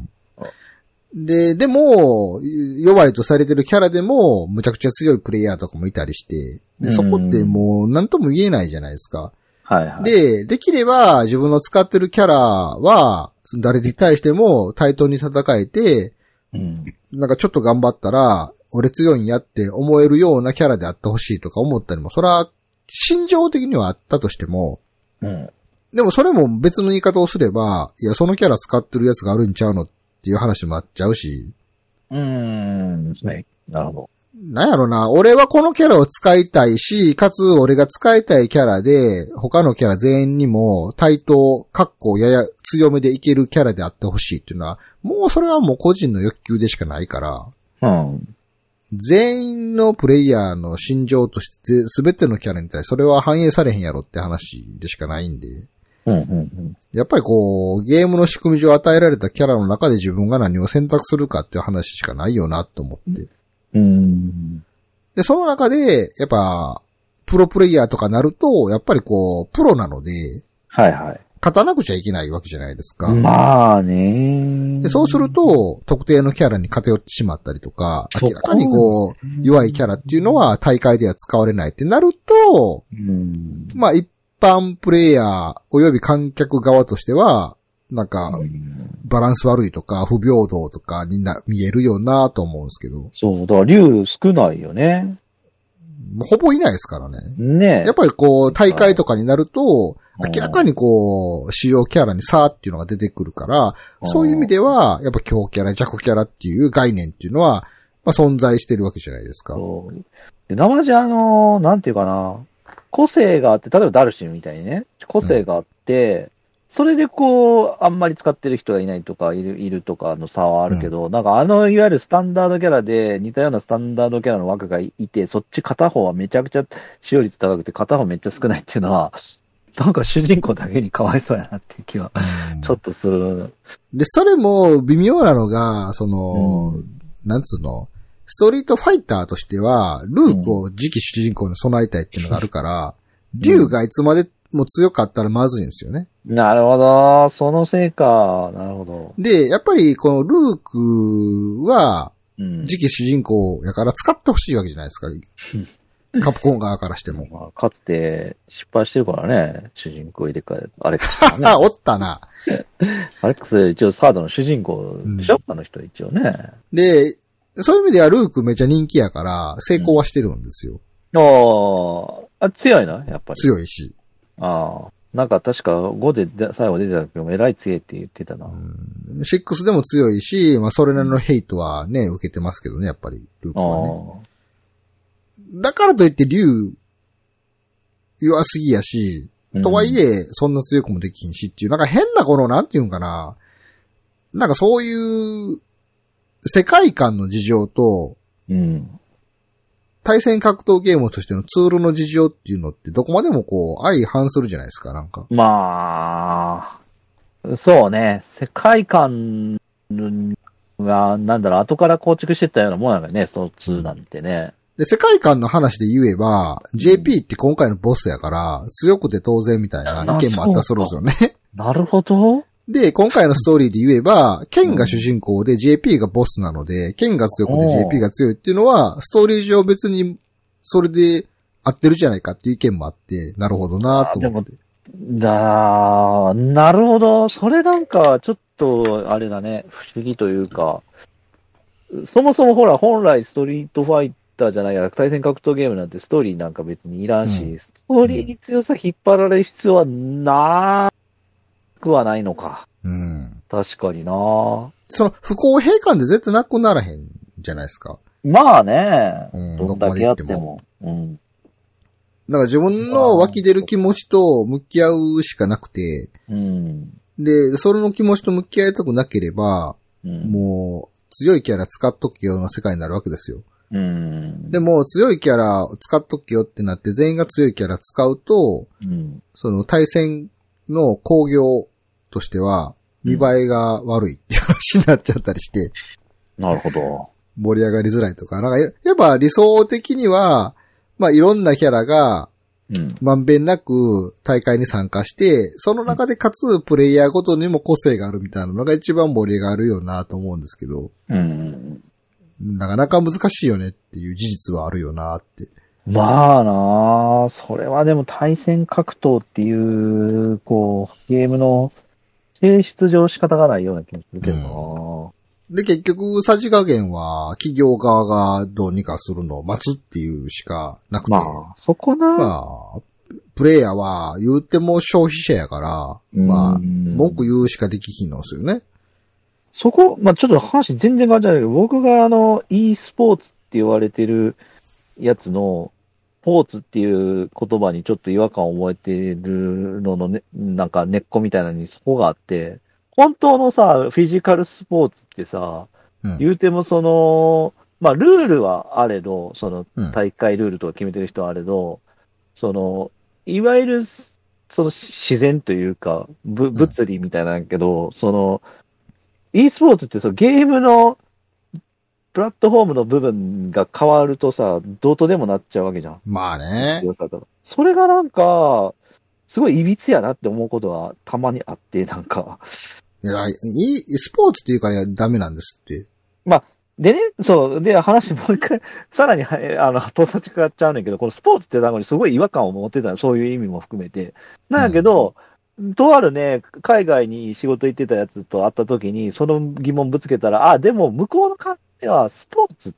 で、でも、弱いとされてるキャラでも、むちゃくちゃ強いプレイヤーとかもいたりして、でそこってもう何とも言えないじゃないですか。 はいはい。 で、できれば自分の使ってるキャラは、誰に対しても対等に戦えて、 うん、 なんかちょっと頑張ったら、俺強いんやって思えるようなキャラであってほしいとか思ったりも、それは、心情的にはあったとしても、 うん、でもそれも別の言い方をすれば、いや、そのキャラ使ってるやつがあるんちゃうのっていう話もあっちゃうし。 うーん、ね。なるほど。 なんやろな、俺はこのキャラを使いたいし、かつ俺が使いたいキャラで、他のキャラ全員にも対等、かっこやや強めでいけるキャラであってほしいっていうのは、もうそれはもう個人の欲求でしかないから、 うん、 全員のプレイヤーの心情としてすべてのキャラに対してそれは反映されへんやろって話でしかないんで、 うんうんうん、 やっぱりこう、ゲームの仕組み上与えられたキャラの中で自分が何を選択するかっていう話しかないよなと思って。 うん、 で、その中で、やっぱ、プロプレイヤーとかなると、やっぱりこう、プロなので、 はいはい。 勝たなくちゃいけないわけじゃないですか。 まあね。 で、そうすると、特定のキャラに偏ってしまったりとか、明らかにこう、弱いキャラっていうのは大会では使われないってなると、 うん、 まあ一般プレイヤー及び観客側としては、なんか、バランス悪いとか、不平等とかにな、見えるよなと思うんですけど。 そう、だから竜少ないよね。 ほぼいないですからね。 ねやっぱりこう、大会とかになると、明らかにこう、主要キャラに差っていうのが出てくるから、そういう意味では、やっぱ強キャラ、弱キャラっていう概念っていうのは、まあ、存在してるわけじゃないですか。 そうで生地あの、なんていうかな、個性があって、例えばダルシムみたいにね、個性があって、うん、それでこう、あんまり使ってる人がいないとか、いる、いるとかの差はあるけど、うん、なんかあの、いわゆるスタンダードキャラで、似たようなスタンダードキャラの枠がいて、そっち片方はめちゃくちゃ使用率高くて、片方めっちゃ少ないっていうのは、なんか主人公だけにかわいそうやなっていう気は、ちょっとする。 で、それも微妙なのが、その、うん、なんつうの、ストリートファイターとしては、ルークを次期主人公に備えたいっていうのがあるから、うん、竜がいつまでも強かったらまずいんですよね。 なるほど。そのせいか。なるほど。 で、やっぱりこのルークは、次期主人公やから使ってほしいわけじゃないですか。カプコン側からしても。 まあ、かつて失敗してるからね、主人公入れ替え、アレックス、ね。 おったな。 アレックス一応サードの主人公でしょ、うん、あの人一応ね。 で、そういう意味ではルークめっちゃ人気やから、成功はしてるんですよ。 うん、ああ、強いな、やっぱり。 強いし。 ああ。なんか確かごで最後出てたけど、えらい強いって言ってたな。 うん、シックスでも強いし、まあそれなりのヘイトはね、受けてますけどね、やっぱり、ルークはね。だからといって竜、弱すぎやし、とはいえ、そんな強くもできひんしっていう、なんか変なこの、なんていうんかな。なんかそういう、世界観の事情と、 うん、 対戦格闘ゲームとしてのツールの事情っていうのってどこまでもこう相反するじゃないですか、なんか。 まあ、そうね。世界観が、なんだろう、後から構築してったようなもんなんかね、そのツーなんてね。 で、世界観の話で言えば、うん、ジェーピー って今回のボスやから、強くて当然みたいな意見もあったりするんですよね。 なるほど。 で、今回のストーリーで言えば、ケンが主人公で ジェーピー がボスなので、ケンが強くて ジェーピー が強いっていうのは、ストーリー上別にそれで合ってるじゃないかっていう意見もあって、なるほどなと思って。 だなるほど。それなんか、ちょっと、あれだね、不思議というか、そもそもほら、本来ストリートファイターじゃないや、対戦格闘ゲームなんてストーリーなんか別にいらんし、うん、ストーリーに強さ引っ張られる必要はなくはないのか。 うん。 確かにな。 その不公平感で絶対なくならへんじゃないですか。 まあね。うん、どんだけやっても。 も。うん。 だから自分の湧き出る気持ちと向き合うしかなくて、 うん、 で、それの気持ちと向き合いたくなければ、 うん、 もう強いキャラ使っとけような世界になるわけですよ。 うん、 でも強いキャラ使っとけよってなって全員が強いキャラ使うと、 うん、 その対戦の興行としては見栄えが悪いっていう話になっちゃったりして、 うん、なるほど。 盛り上がりづらいとか、なんかやっぱ理想的には、まあいろんなキャラが、まんべんなく大会に参加して、その中でかつプレイヤーごとにも個性があるみたいなのが一番盛り上がるよなと思うんですけど、 うん、 なかなか難しいよねっていう事実はあるよなって。 まあなあ、それはでも対戦格闘っていう、こう、ゲームの性質上仕方がないような気もするけどな、うんで、結局、さじ加減は、企業側がどうにかするのを待つっていうしかなくて。 まあ、そこな。 まあ、プレイヤーは言っても消費者やから、まあ、文句言うしかできひんのですよね。 そこ、まあちょっと話全然変わっちゃうけど、僕があの、e スポーツって言われてるやつの、スポーツっていう言葉にちょっと違和感を覚えてるののね、なんか根っこみたいなのにそこがあって、本当のさ、フィジカルスポーツってさ、うん、言うてもその、まあ、ルールはあれど、その、大会ルールとか決めてる人はあれど、うん、その、いわゆる、その自然というか、ぶ物理みたいなんだけど、うん、その、e スポーツってそのゲームの、プラットフォームの部分が変わるとさ、どうとでもなっちゃうわけじゃん。 まあね。 それがなんか、すごい歪やなって思うことがたまにあって、なんか。 いや、いい、スポーツっていうからダメなんですって。 まあ、 でね、そう、で、話もう一回、さらに、あの、遠ざかっちゃうねんけど、このスポーツって単語にすごい違和感を持ってたの、そういう意味も含めて。なんやけど、うん、とあるね、海外に仕事行ってたやつと会った時に、その疑問ぶつけたら、あ、でも向こうの感じでは、スポーツって、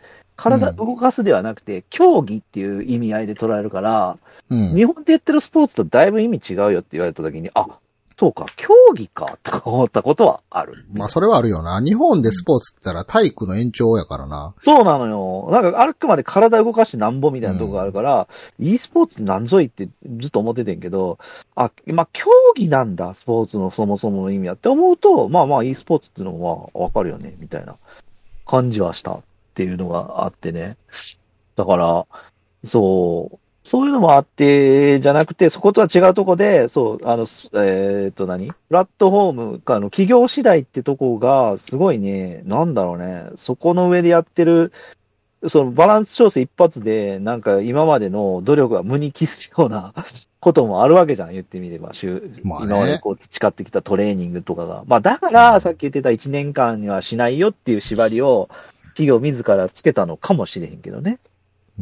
体動かすではなくて、うん、競技っていう意味合いで捉えるから、うん、日本で言ってるスポーツとだいぶ意味違うよって言われた時に、あ、そうか、競技か、とか思ったことはある。 まあ、それはあるよな。日本でスポーツって言ったら体育の延長やからな。 そうなのよ。なんか、あくまで体動かしてなんぼみたいなとこがあるから、うん、e スポーツってなんぞいってずっと思っててんけど、あ、まあ、競技なんだ、スポーツのそもそもの意味はって思うと、まあまあ、e スポーツっていうのはわかるよね、みたいな感じはしたっていうのがあってね。だから、そう、そういうのもあって、じゃなくて、そことは違うとこで、そう、あの、えっと何プラットフォームか、あの、企業次第ってとこが、すごいね、なんだろうね、そこの上でやってる、そのバランス調整一発で、なんか今までの努力が無に帰すようなこともあるわけじゃん、言ってみれば。まあね、今までこう培ってきたトレーニングとかが。まあだから、さっき言ってたいちねんかんにはしないよっていう縛りを、企業自らつけたのかもしれへんけどね。 うん、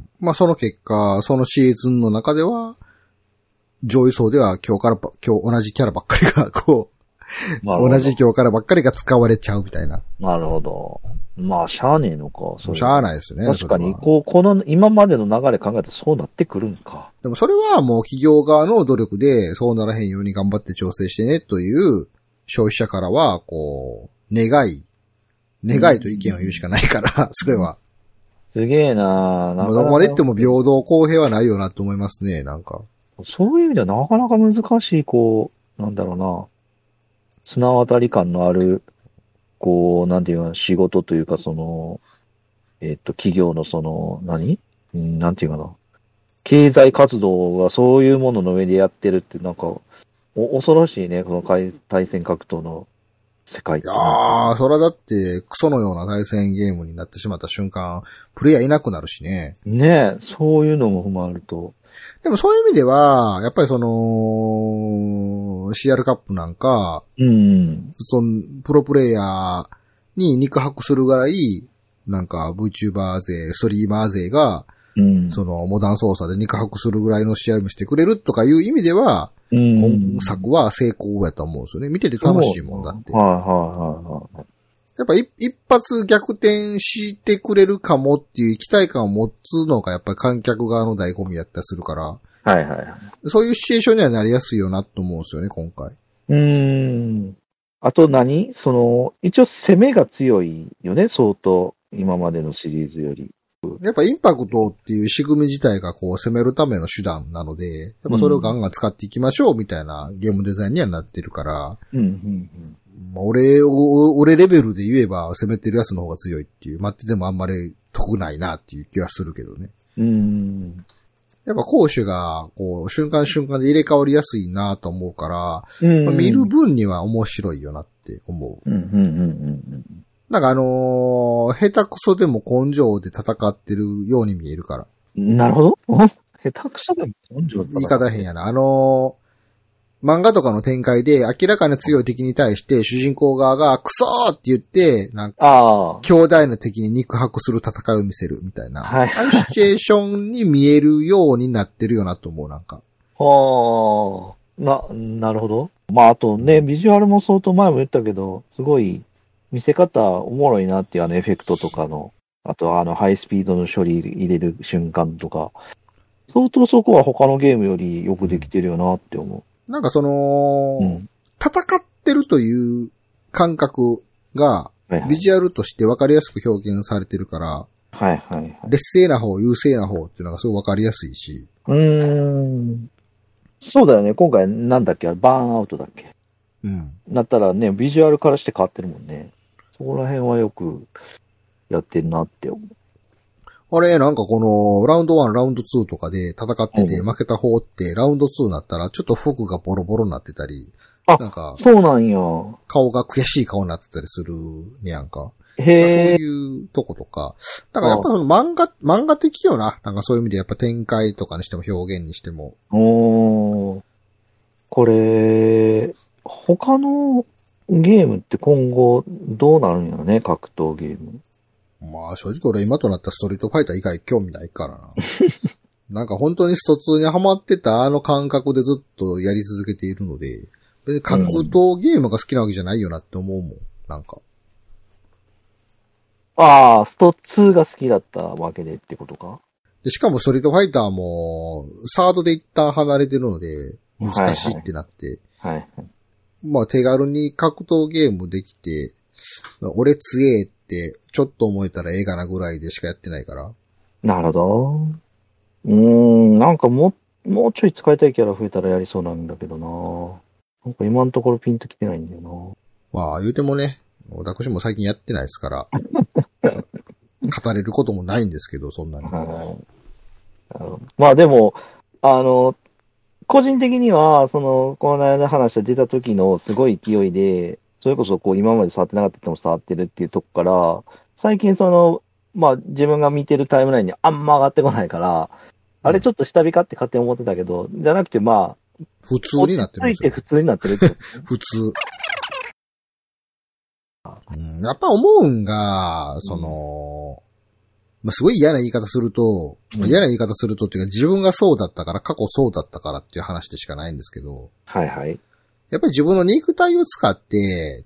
まあその結果、そのシーズンの中では、上位層では今日から、今日同じキャラばっかりが、こう、同じ今日からばっかりが使われちゃうみたいな。 なるほど。まあ、しゃあねえのか。 しゃあないですね。 確かに、こう、この、今までの流れ考えたらそうなってくるんか。 でもそれはもう企業側の努力で、そうならへんように頑張って調整してねという消費者からは、こう、願い、願いと意見を言うしかないから、それは。 すげえなぁ。 なかなかどこまで言っても平等公平はないよなと思いますね、なんか。 そういう意味ではなかなか難しい、こう、なんだろうな。綱渡り感のある、こう、なんていうか、仕事というか、その、えっと、企業のその、何なんていうかな。経済活動がそういうものの上でやってるって、なんか、お恐ろしいね、この対戦格闘の世界って。 いやー、それはだって、クソのような対戦ゲームになってしまった瞬間、プレイヤーいなくなるしね。 ねえ、そういうのも踏まえると。 でもそういう意味では、やっぱりその、シーアール カップなんか、 うん、 その、プロプレイヤーに肉薄するぐらい、なんか VTuber 勢、ストリーマー勢が、うん、その、モダン操作で肉薄するぐらいの試合もしてくれるとかいう意味では、うん、今作は成功やと思うんですよね。見てて楽しいもんだって。 はいはいはいはい。 やっぱ一発逆転してくれるかもっていう期待感を持つのがやっぱり観客側の醍醐味やったりするから。 はいはいはい。 そういうシチュエーションにはなりやすいよなと思うんですよね、今回。 うーん。あと何その、一応攻めが強いよね、相当。今までのシリーズより。 やっぱインパクトっていう仕組み自体がこう攻めるための手段なので、やっぱそれをガンガン使っていきましょうみたいなゲームデザインにはなってるから、 うんうんうんまあ、俺を、俺レベルで言えば攻めてるやつの方が強いっていう、待っててもあんまり得ないなっていう気はするけどね。 うん。 やっぱ攻守が、こう、瞬間瞬間で入れ替わりやすいなと思うから、うんまあ、見る分には面白いよなって思う。うんうんうんうん。 なんかあのー、下手くそでも根性で戦ってるように見えるから。 なるほど。下手くそでも根性で言い方変やな。あのー、漫画とかの展開で明らかに強い敵に対して主人公側がクソーって言って、なんか、兄弟の敵に肉薄する戦いを見せるみたいな。はい。ああいうシチュエーションに見えるようになってるよなと思う、なんか。 はあ、な、なるほど。まああとね、ビジュアルも相当前も言ったけど、すごい、見せ方おもろいなっていうあのエフェクトとかの、あとあのハイスピードの処理入れる瞬間とか、相当そこは他のゲームよりよくできてるよなって思う。なんかその、うん、戦ってるという感覚が、ビジュアルとして分かりやすく表現されてるから、 はいはいはい。 劣勢な方、優勢な方っていうのがすごい分かりやすいし。 うーん。そうだよね。今回なんだっけバーンアウトだっけうん。 なったらね、ビジュアルからして変わってるもんね。そこら辺はよくやってるなって思う。 あれ、なんかこの、ラウンドワン、ラウンドツーとかで戦ってて負けた方って、ラウンドツーになったら、ちょっと服がボロボロになってたり、 あ、なんか、そうなんや。 顔が悔しい顔になってたりするねやんか。 へそういうとことか。だからやっぱ漫画、漫画的よな。なんかそういう意味でやっぱ展開とかにしても表現にしても。 おー。これ、他のゲームって今後どうなるんやろね、格闘ゲーム。 まあ正直俺今となったストリートファイター以外興味ないからな。なんか本当にストツーにハマってたあの感覚でずっとやり続けているので、別に格闘ゲームが好きなわけじゃないよなって思うもん。なんか。 ああ、ストツーが好きだったわけでってことか。 で、しかもストリートファイターも、サードで一旦離れてるので、難しいってなって。 はいはい。 まあ手軽に格闘ゲームできて、俺強えってちょっと思えたらええかなぐらいでしかやってないから。 なるほど。うーん、なんかもう、もうちょい使いたいキャラ増えたらやりそうなんだけどな。なんか今のところピンときてないんだよな。 まあ言うてもね、私も最近やってないですから、語れることもないんですけど、そんなに。 はい、まあでも、あの、個人的には、その、この間話した出た時のすごい勢いで、それこそこう今まで触ってなかった人も触ってるっていうとこから、最近その、まあ自分が見てるタイムラインにあんま上がってこないから、あれちょっと下火かって勝手に思ってたけど、じゃなくてまあ、 普通になってるんですよ。 ついて普通になってるって。 普通。うん、やっぱ思うんが、その、まあ、すごい嫌な言い方すると、うんまあ、嫌な言い方するとっていうか自分がそうだったから、過去そうだったからっていう話でしかないんですけど。 はいはい。 やっぱり自分の肉体を使って、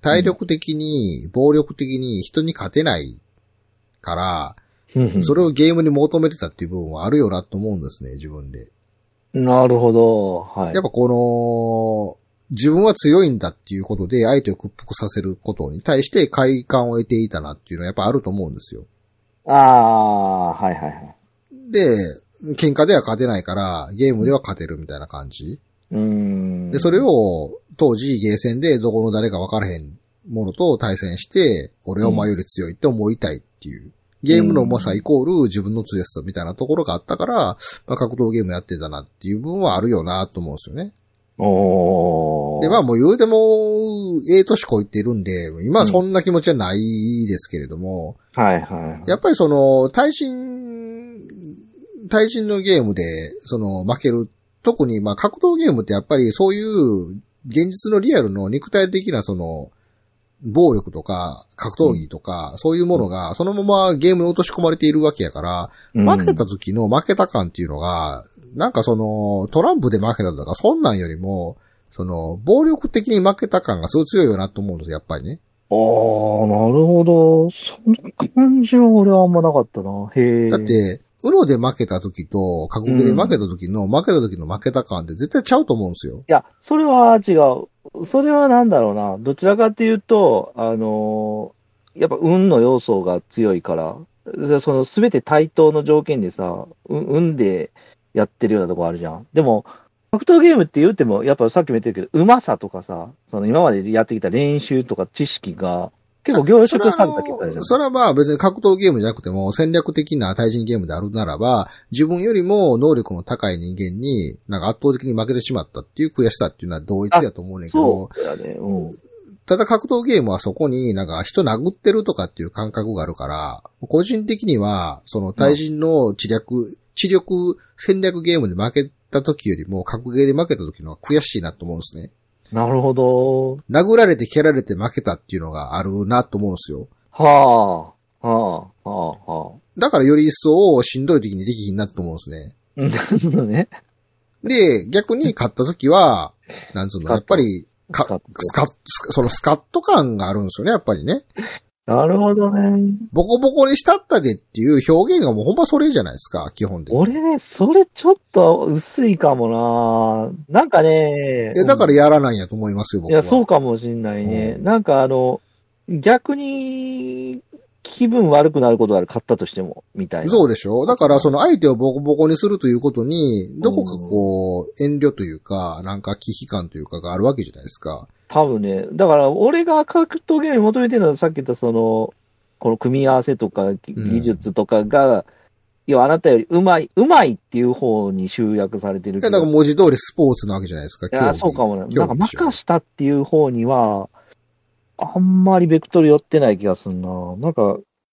体力的に、暴力的に人に勝てないから、うん、それをゲームに求めてたっていう部分はあるよなと思うんですね、自分で。 なるほど。はい。 やっぱこの、自分は強いんだっていうことで相手を屈服させることに対して快感を得ていたなっていうのはやっぱあると思うんですよ。 ああ、はいはいはい。 で、喧嘩では勝てないからゲームでは勝てるみたいな感じ。 うーん。 で、それを当時ゲーセンでどこの誰か分からへんものと対戦して、俺はお前より強いって思いたいっていう。ゲームのうまさイコール自分の強さみたいなところがあったから、まあ、格闘ゲームやってたなっていう部分はあるよなと思うんですよね。 おー。 で、まあもう言うても、ええ年こいってるんで、今はそんな気持ちはないですけれども、 うん、はいはい。 やっぱりその、対人、対人のゲームで、その、負ける、特にまあ格闘ゲームってやっぱりそういう現実のリアルの肉体的なその、暴力とか、格闘技とか、うん、そういうものが、そのままゲームに落とし込まれているわけやから、うん、負けた時の負けた感っていうのが、なんかその、トランプで負けたとか、そんなんよりも、その、暴力的に負けた感がすごい強いよなと思うんですよ、やっぱりね。 ああ、なるほど。そんな感じは俺はあんまなかったな。へえ。 だって、ウノで負けた時と、格ゲーで負けた時の、うん、負けた時の負けた感って絶対ちゃうと思うんですよ。 いや、それは違う。それはなんだろうな。どちらかっていうと、あのー、やっぱ運の要素が強いから、そのすべて対等の条件でさ、運でやってるようなとこあるじゃん。でも、格闘ゲームって言っても、やっぱさっきも言ってるけど、うまさとかさ、その今までやってきた練習とか知識が、結構凝縮された結果じゃん。 それはまあ別に格闘ゲームじゃなくても戦略的な対人ゲームであるならば、自分よりも能力の高い人間になんか圧倒的に負けてしまったっていう悔しさっていうのは同一やと思うねんけど、 そうだね、うん。 ただ格闘ゲームはそこになんか人殴ってるとかっていう感覚があるから、個人的にはその対人の知略、知力戦略ゲームで負けた時よりも格ゲーで負けた時の方が悔しいなと思うんですね。 なるほど。 殴られて蹴られて負けたっていうのがあるなと思うんですよ。 はあ、はあ、はあ、はあ。 だからより一層しんどい時にできひんなと思うんですね。 なるほどね。 で、逆に勝った時は、なんつうの、やっぱり、か、スカッ、そのスカッと感があるんですよね、やっぱりね。 なるほどね。 ボコボコにしたったでっていう表現がもうほんまそれじゃないですか、基本的に。 俺ね、それちょっと薄いかもな。なんかね。 いや、だからやらないんやと思いますよ、僕は。 いや、そうかもしんないね。うん、なんかあの、逆に、気分悪くなることがある、勝ったとしても、みたいな。 そうでしょ。だからその相手をボコボコにするということに、どこかこう、遠慮というか、なんか危機感というかがあるわけじゃないですか。 多分ね、だから俺が格闘ゲームに求めてるのはさっき言ったその、この組み合わせとか技術とかが、うん、要はあなたよりうまい、うまいっていう方に集約されてるけど。 だから文字通りスポーツなわけじゃないですか、 いや、そうかもね。なんか任したっていう方には、あんまりベクトル寄ってない気がするな。なんか、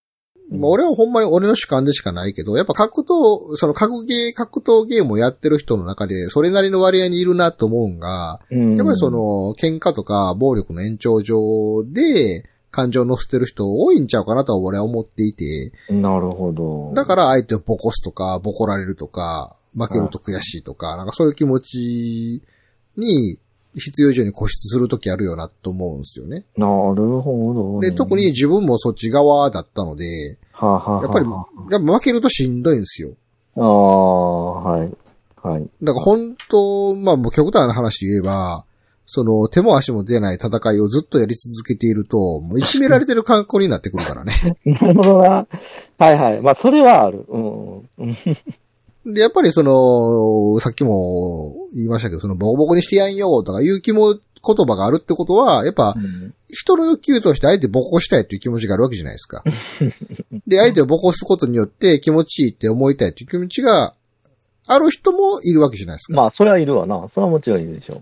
まあ、俺はほんまに俺の主観でしかないけど、やっぱ格闘、その格ゲー、格闘ゲームをやってる人の中で、それなりの割合にいるなと思うんが、うん、やっぱりその、喧嘩とか暴力の延長上で、感情を乗せてる人多いんちゃうかなとは俺は思っていて。 なるほど。 だから相手をボコすとか、ボコられるとか、負けると悔しいとか、なんかそういう気持ちに、必要以上に固執するときあるよなと思うんですよね。 なるほど、 ね。で、特に自分もそっち側だったので、 はあはあはあ、 やっぱり、やっぱ負けるとしんどいんですよ。 ああ、はい。はい。 だから本当、まあもう極端な話で言えば、その手も足も出ない戦いをずっとやり続けていると、もういじめられてる格好になってくるからね。 なるほどな。はいはい。まあそれはある。うん。 で、やっぱりその、さっきも言いましたけど、そのボコボコにしてやんよとかいう気も、言葉があるってことは、やっぱ、人の欲求として相手ボコしたいっていう気持ちがあるわけじゃないですか。で、相手をボコすことによって気持ちいいって思いたいっていう気持ちがある人もいるわけじゃないですか。 まあ、それはいるわな。それはもちろんいるでしょう。うん、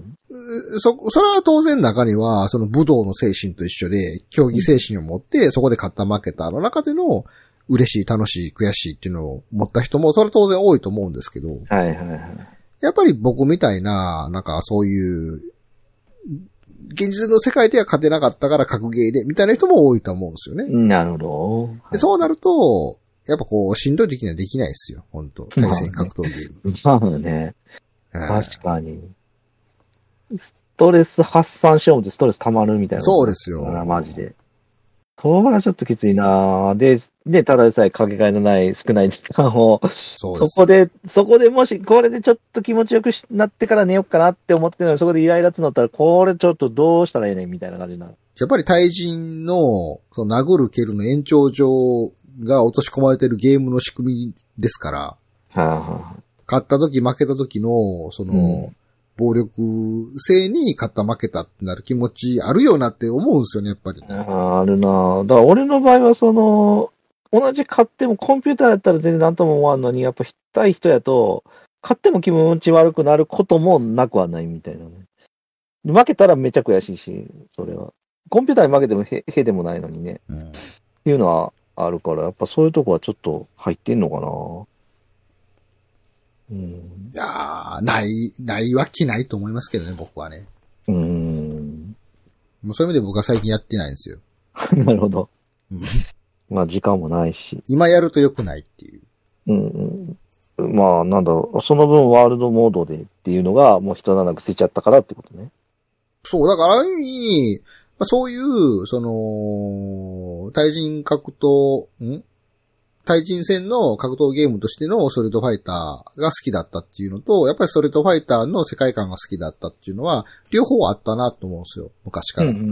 そ、それは当然中には、その武道の精神と一緒で、競技精神を持って、そこで勝った負けたの中での、嬉しい、楽しい、悔しいっていうのを持った人も、それは当然多いと思うんですけど。 はいはいはい。 やっぱり僕みたいな、なんかそういう、現実の世界では勝てなかったから格ゲーで、みたいな人も多いと思うんですよね。 なるほど。はい、 でそうなると、やっぱこう、しんどい時にはできないですよ、本当対戦格闘ゲーム。 まあね。確かに。ストレス発散しようとストレス溜まるみたいな。 そうですよ。 マジで。それはちょっときついなぁ。で、で、ただでさえかけがえのない少ない時間を、そ, そこで、そこでもし、これでちょっと気持ちよくなってから寝ようかなって思ってるのに、そこでイライラつのったら、これちょっとどうしたらいいねみたいな感じになる。 やっぱり対人の、その殴る蹴るの延長上が落とし込まれてるゲームの仕組みですから、はあはあ、 勝った時負けた時の、その、うん暴力性に勝った負けたってなる気持ちあるよなって思うんですよね、やっぱり。 あ, あるなだから俺の場合はその、同じ勝ってもコンピューターやったら全然何とも思わんのに、やっぱ対人やと、勝っても気持ち悪くなることもなくはないみたいなね。負けたらめちゃ悔しいし、それは。コンピューターに負けてもへ、へでもないのにね、うん。っていうのはあるから、やっぱそういうとこはちょっと入ってんのかなうん、いやー、ない、ないわけないと思いますけどね、僕はね。 うーん。 もうそういう意味で僕は最近やってないんですよ。 なるほど。まあ時間もないし。 今やると良くないっていう。 うんうん。まあなんだろう、その分ワールドモードでっていうのがもう一段落捨てちゃったからってことね。 そう、だからある意味、まあ、そういう、その、対人格闘、ん対人戦の格闘ゲームとしてのストリートファイターが好きだったっていうのと、やっぱりストリートファイターの世界観が好きだったっていうのは、両方あったなと思うんですよ、昔から。 うんうんうんうん、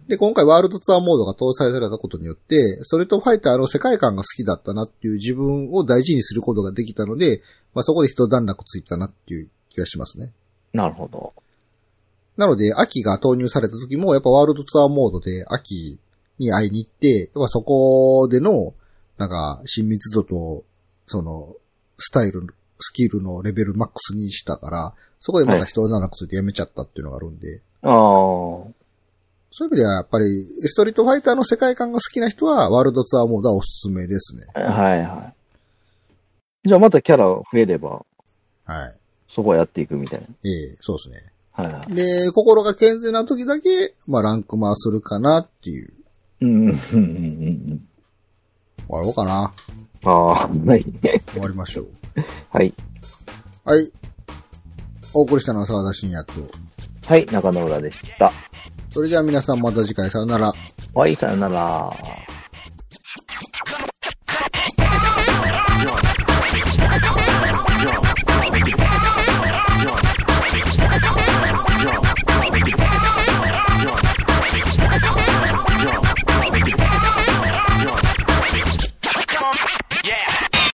で、今回ワールドツアーモードが搭載されたことによって、ストリートファイターの世界観が好きだったなっていう自分を大事にすることができたので、まあそこで一段落ついたなっていう気がしますね。 なるほど。 なので、秋が投入された時も、やっぱワールドツアーモードで秋に会いに行って、やっぱそこでの、なんか、親密度と、その、スタイル、スキルのレベルマックスにしたから、そこでまた人段落ついてやめちゃったっていうのがあるんで。 はい、ああ。 そういう意味ではやっぱり、ストリートファイターの世界観が好きな人は、ワールドツアーモードはおすすめですね。 はいはい。じゃあまたキャラ増えれば、 はい。 そこはやっていくみたいな。 ええ、そうですね。 はいはい。 で、心が健全な時だけ、まあランクマーするかなっていう。 うん、うん、うん、うん。 終わろうかな。 ああ、はい。 終わりましょう。 はい。 はい。お送りしたのは沢田信也と。 はい、中野浦でした。 それじゃあ皆さんまた次回さよなら。 はい、さよなら。